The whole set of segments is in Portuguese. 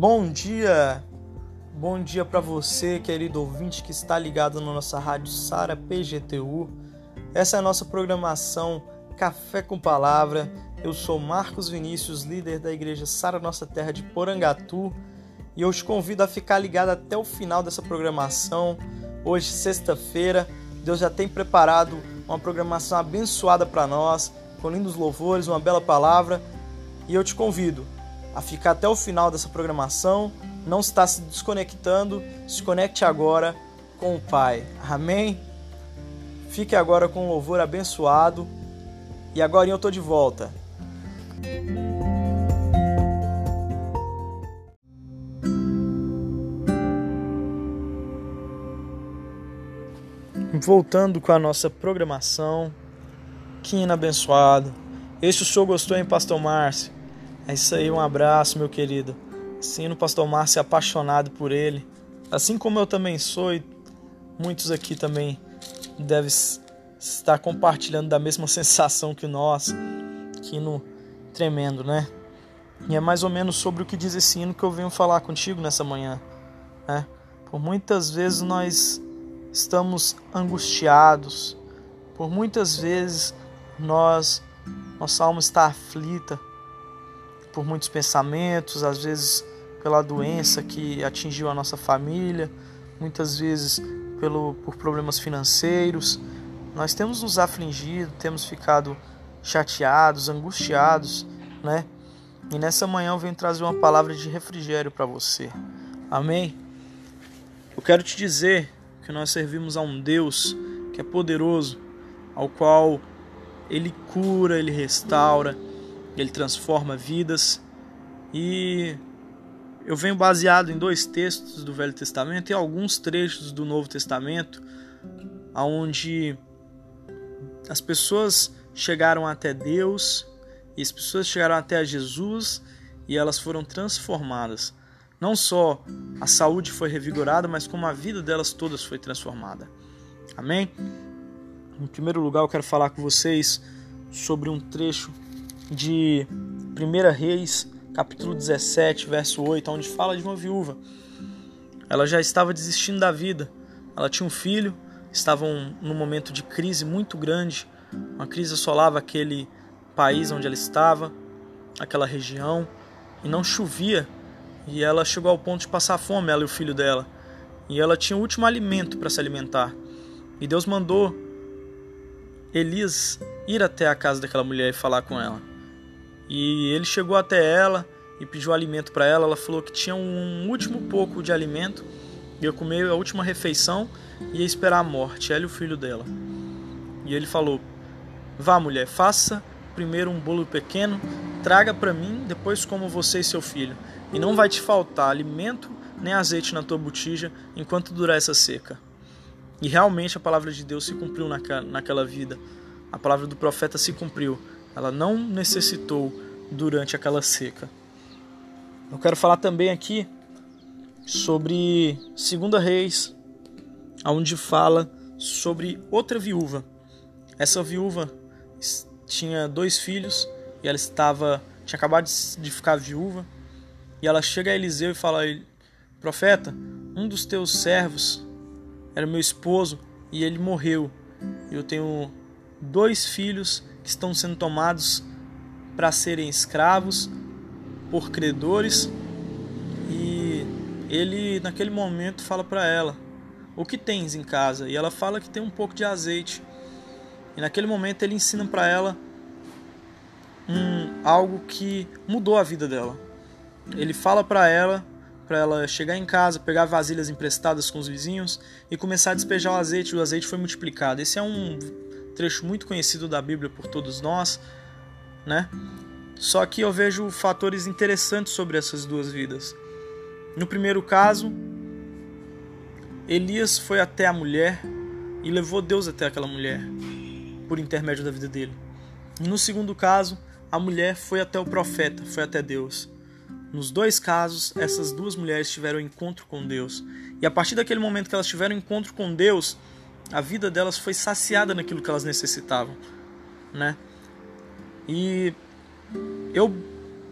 Bom dia para você, querido ouvinte que está ligado na nossa rádio Sara PGTU. Essa é a nossa programação Café com Palavra. Eu sou Marcos Vinícius, líder da igreja Sara Nossa Terra de Porangatu, e eu te convido a ficar ligado até o final dessa programação. Hoje, sexta-feira, Deus já tem preparado uma programação abençoada para nós, com lindos louvores, uma bela palavra, e eu te convido a ficar até o final dessa programação. Não está se desconectando, se conecte agora com o Pai. Amém? Fique agora com um louvor abençoado. E agora eu estou de volta. Voltando com a nossa programação. Que hino abençoado. Este o senhor gostou, hein, Pastor Márcio? É isso aí, um abraço, meu querido. Sim, o Pastor Márcio é apaixonado por ele, assim como eu também sou, e muitos aqui também devem estar compartilhando da mesma sensação que nós. Que hino tremendo, né? E é mais ou menos sobre o que diz esse hino que eu venho falar contigo nessa manhã, né? Por muitas vezes nós estamos angustiados, por muitas vezes nossa alma está aflita por muitos pensamentos, às vezes pela doença que atingiu a nossa família, muitas vezes por problemas financeiros. Nós temos nos afligido, temos ficado chateados, angustiados, né? E nessa manhã eu venho trazer uma palavra de refrigério para você. Amém? Eu quero te dizer que nós servimos a um Deus que é poderoso, ao qual Ele cura, Ele restaura, Ele transforma vidas. E eu venho baseado em 2 textos do Velho Testamento e alguns trechos do Novo Testamento, onde as pessoas chegaram até Deus, e as pessoas chegaram até Jesus, e elas foram transformadas. Não só a saúde foi revigorada, mas como a vida delas todas foi transformada. Amém? Em primeiro lugar, eu quero falar com vocês sobre um trecho de 1 Reis, capítulo 17, verso 8, onde fala de uma viúva. Ela já estava desistindo da vida. Ela tinha um filho, estavam num momento de crise muito grande. Uma crise assolava aquele país onde ela estava, aquela região, e não chovia. E ela chegou ao ponto de passar fome, ela e o filho dela. E ela tinha o último alimento para se alimentar. E Deus mandou Elias ir até a casa daquela mulher e falar com ela. E ele chegou até ela e pediu alimento para ela. Ela falou que tinha um último pouco de alimento, ia comer a última refeição e ia esperar a morte, ela e o filho dela. E ele falou: vá, mulher, faça primeiro um bolo pequeno, traga para mim, depois como você e seu filho. E não vai te faltar alimento nem azeite na tua botija enquanto durar essa seca. E realmente a palavra de Deus se cumpriu naquela vida. A palavra do profeta se cumpriu. Ela não necessitou durante aquela seca. Eu quero falar também aqui sobre 2 Reis, onde fala sobre outra viúva. Essa viúva tinha 2 filhos e ela tinha acabado de ficar viúva. E ela chega a Eliseu e fala: profeta, um dos teus servos era meu esposo e ele morreu. Eu tenho 2 filhos que estão sendo tomados para serem escravos por credores. E ele naquele momento fala para ela: o que tens em casa? E ela fala que tem um pouco de azeite. E naquele momento ele ensina para ela algo que mudou a vida dela. Ele fala para ela chegar em casa, pegar vasilhas emprestadas com os vizinhos e começar a despejar o azeite. O azeite foi multiplicado. Esse é um trecho muito conhecido da Bíblia por todos nós, né? Só que eu vejo fatores interessantes sobre essas 2 vidas. No primeiro caso, Elias foi até a mulher e levou Deus até aquela mulher por intermédio da vida dele. E no segundo caso, a mulher foi até o profeta, foi até Deus. Nos 2 casos, essas 2 mulheres tiveram encontro com Deus. E a partir daquele momento que elas tiveram encontro com Deus, a vida delas foi saciada naquilo que elas necessitavam, né? E eu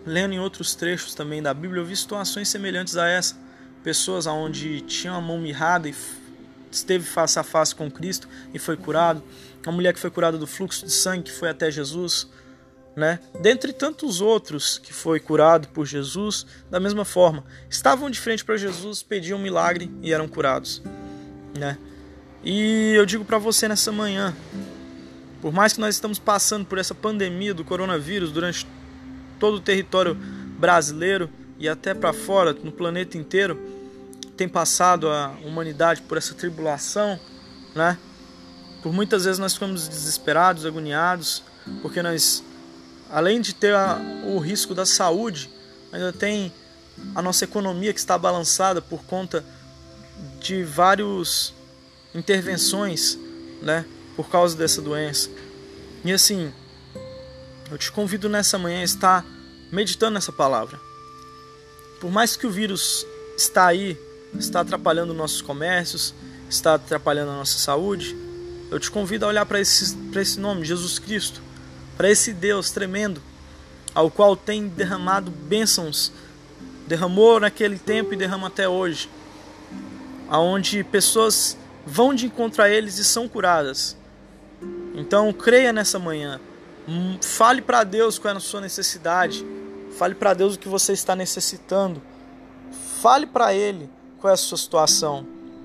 lendo em outros trechos também da Bíblia, eu vi situações semelhantes a essa. Pessoas onde tinham a mão mirrada e esteve face a face com Cristo e foi curado. Uma mulher que foi curada do fluxo de sangue, que foi até Jesus, né? Dentre tantos outros que foi curado por Jesus, da mesma forma, estavam de frente para Jesus, pediam um milagre e eram curados, né? E eu digo para você nessa manhã, por mais que nós estamos passando por essa pandemia do coronavírus durante todo o território brasileiro e até para fora, no planeta inteiro, tem passado a humanidade por essa tribulação, né? Por muitas vezes nós ficamos desesperados, agoniados, porque nós, além de ter o risco da saúde, ainda tem a nossa economia que está balançada por conta de várias intervenções, né, por causa dessa doença. E assim, eu te convido nessa manhã a estar meditando nessa palavra. Por mais que o vírus está aí, está atrapalhando nossos comércios, está atrapalhando a nossa saúde, eu te convido a olhar para esse nome, Jesus Cristo, para esse Deus tremendo, ao qual tem derramado bênçãos, derramou naquele tempo e derrama até hoje, aonde pessoas vão de encontro a eles e são curadas. Então creia nessa manhã, fale para Deus qual é a sua necessidade, fale para Deus o que você está necessitando, fale para Ele qual é a sua situação.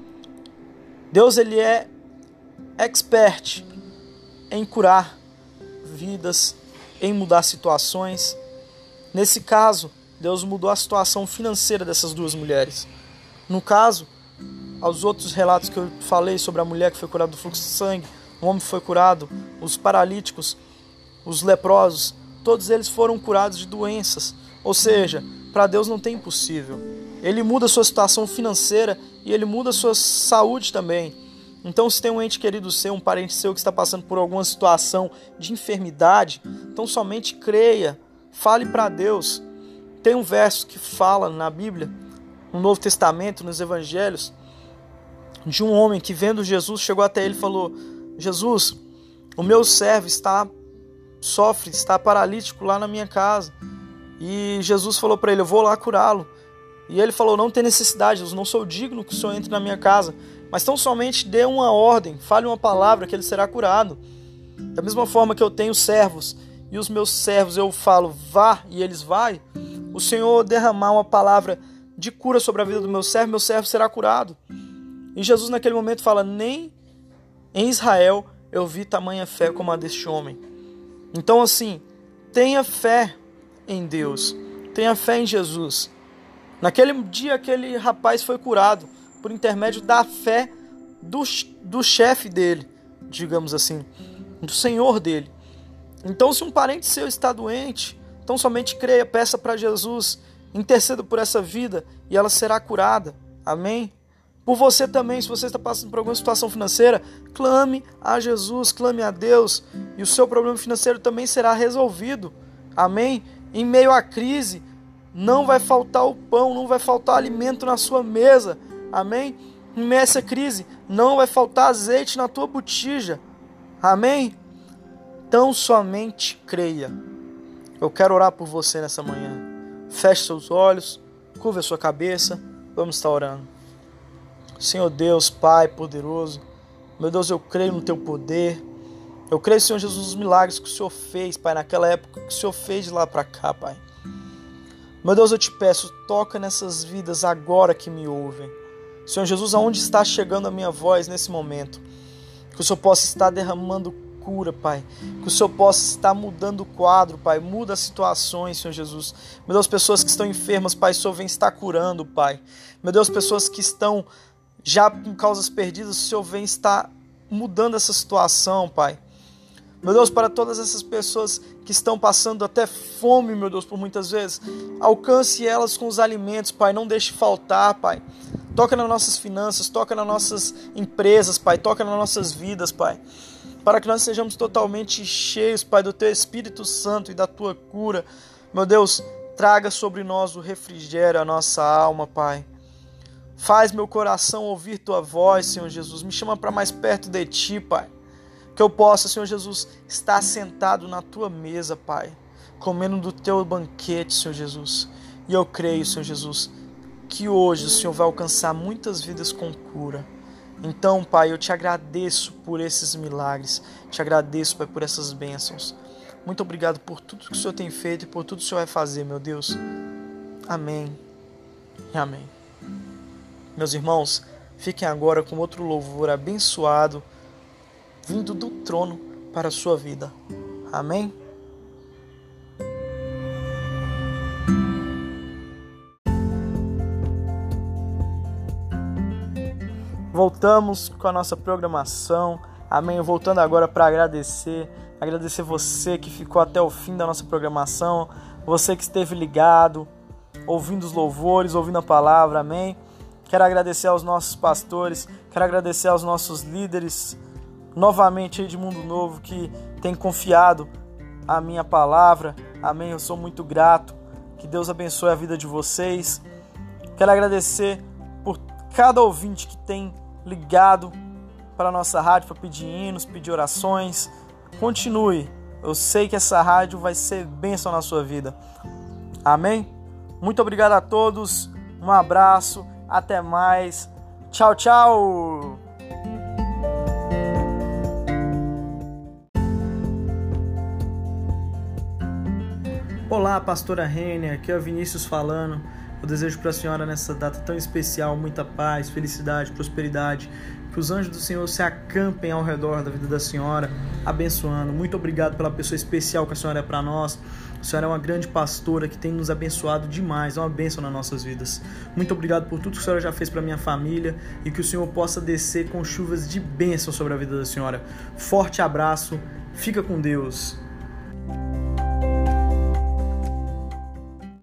Deus, Ele é expert em curar vidas, em mudar situações. Nesse caso, Deus mudou a situação financeira dessas duas mulheres. No caso, aos outros relatos que eu falei sobre a mulher que foi curada do fluxo de sangue, o homem que foi curado, os paralíticos, os leprosos, todos eles foram curados de doenças. Ou seja, para Deus não tem impossível. Ele muda a sua situação financeira e Ele muda a sua saúde também. Então, se tem um ente querido seu, um parente seu que está passando por alguma situação de enfermidade, então somente creia, fale para Deus. Tem um verso que fala na Bíblia, no Novo Testamento, nos Evangelhos, de um homem que vendo Jesus, chegou até ele e falou: Jesus, o meu servo sofre, está paralítico lá na minha casa. E Jesus falou para ele: eu vou lá curá-lo. E ele falou: não tem necessidade, eu não sou digno que o Senhor entre na minha casa, mas tão somente dê uma ordem, fale uma palavra que ele será curado. Da mesma forma que eu tenho servos, e os meus servos eu falo, vá, e eles vai, o Senhor derramar uma palavra de cura sobre a vida do meu servo será curado. E Jesus naquele momento fala: nem em Israel eu vi tamanha fé como a deste homem. Então assim, tenha fé em Deus, tenha fé em Jesus. Naquele dia aquele rapaz foi curado por intermédio da fé do chefe dele, digamos assim, do Senhor dele. Então, se um parente seu está doente, então somente creia, peça para Jesus, interceda por essa vida e ela será curada. Amém? Por você também, se você está passando por alguma situação financeira, clame a Jesus, clame a Deus e o seu problema financeiro também será resolvido. Amém? Em meio à crise, não vai faltar o pão, não vai faltar alimento na sua mesa. Amém? Em meio a essa crise, não vai faltar azeite na tua botija. Amém? Então somente creia. Eu quero orar por você nessa manhã. Feche seus olhos, curva a sua cabeça, vamos estar orando. Senhor Deus, Pai poderoso, meu Deus, eu creio no Teu poder. Eu creio, Senhor Jesus, nos milagres que o Senhor fez, Pai, naquela época que o Senhor fez de lá para cá, Pai. Meu Deus, eu te peço, toca nessas vidas agora que me ouvem. Senhor Jesus, aonde está chegando a minha voz nesse momento? Que o Senhor possa estar derramando cura, Pai. Que o Senhor possa estar mudando o quadro, Pai. Muda as situações, Senhor Jesus. Meu Deus, pessoas que estão enfermas, Pai, o Senhor vem estar curando, Pai. Meu Deus, pessoas que estão já com causas perdidas, o Senhor vem estar mudando essa situação, Pai. Meu Deus, para todas essas pessoas que estão passando até fome, meu Deus, por muitas vezes, alcance elas com os alimentos, Pai, não deixe faltar, Pai. Toca nas nossas finanças, toca nas nossas empresas, Pai, toca nas nossas vidas, Pai. Para que nós sejamos totalmente cheios, Pai, do Teu Espírito Santo e da Tua cura. Meu Deus, traga sobre nós o refrigério, a nossa alma, Pai. Faz meu coração ouvir Tua voz, Senhor Jesus. Me chama para mais perto de Ti, Pai. Que eu possa, Senhor Jesus, estar sentado na Tua mesa, Pai. comendo do teu banquete, Senhor Jesus. E eu creio, Senhor Jesus, que hoje o Senhor vai alcançar muitas vidas com cura. Então, Pai, eu te agradeço por esses milagres, te agradeço, Pai, por essas bênçãos. Muito obrigado por tudo que o Senhor tem feito e por tudo que o Senhor vai fazer, meu Deus. Amém e amém. Meus irmãos, fiquem agora com outro louvor abençoado, vindo do trono para a sua vida. Amém? Voltamos com a nossa programação. Amém? Voltando agora para agradecer você que ficou até o fim da nossa programação, você que esteve ligado, ouvindo os louvores, ouvindo a palavra. Amém? Quero agradecer aos nossos pastores, quero agradecer aos nossos líderes, novamente aí de Mundo Novo, que tem confiado a minha palavra. Amém? Eu sou muito grato. Que Deus abençoe a vida de vocês. Quero agradecer por cada ouvinte que tem ligado para a nossa rádio para pedir hinos, pedir orações. Continue. Eu sei que essa rádio vai ser bênção na sua vida. Amém? Muito obrigado a todos. Um abraço. Até mais. Tchau, tchau. Olá, pastora Renner, aqui é o Vinícius falando. Eu desejo para a senhora nessa data tão especial muita paz, felicidade, prosperidade. Que os anjos do Senhor se acampem ao redor da vida da senhora, abençoando. Muito obrigado pela pessoa especial que a senhora é para nós. A senhora é uma grande pastora que tem nos abençoado demais, é uma bênção nas nossas vidas. Muito obrigado por tudo que a senhora já fez para minha família e que o Senhor possa descer com chuvas de bênção sobre a vida da senhora. Forte abraço, fica com Deus.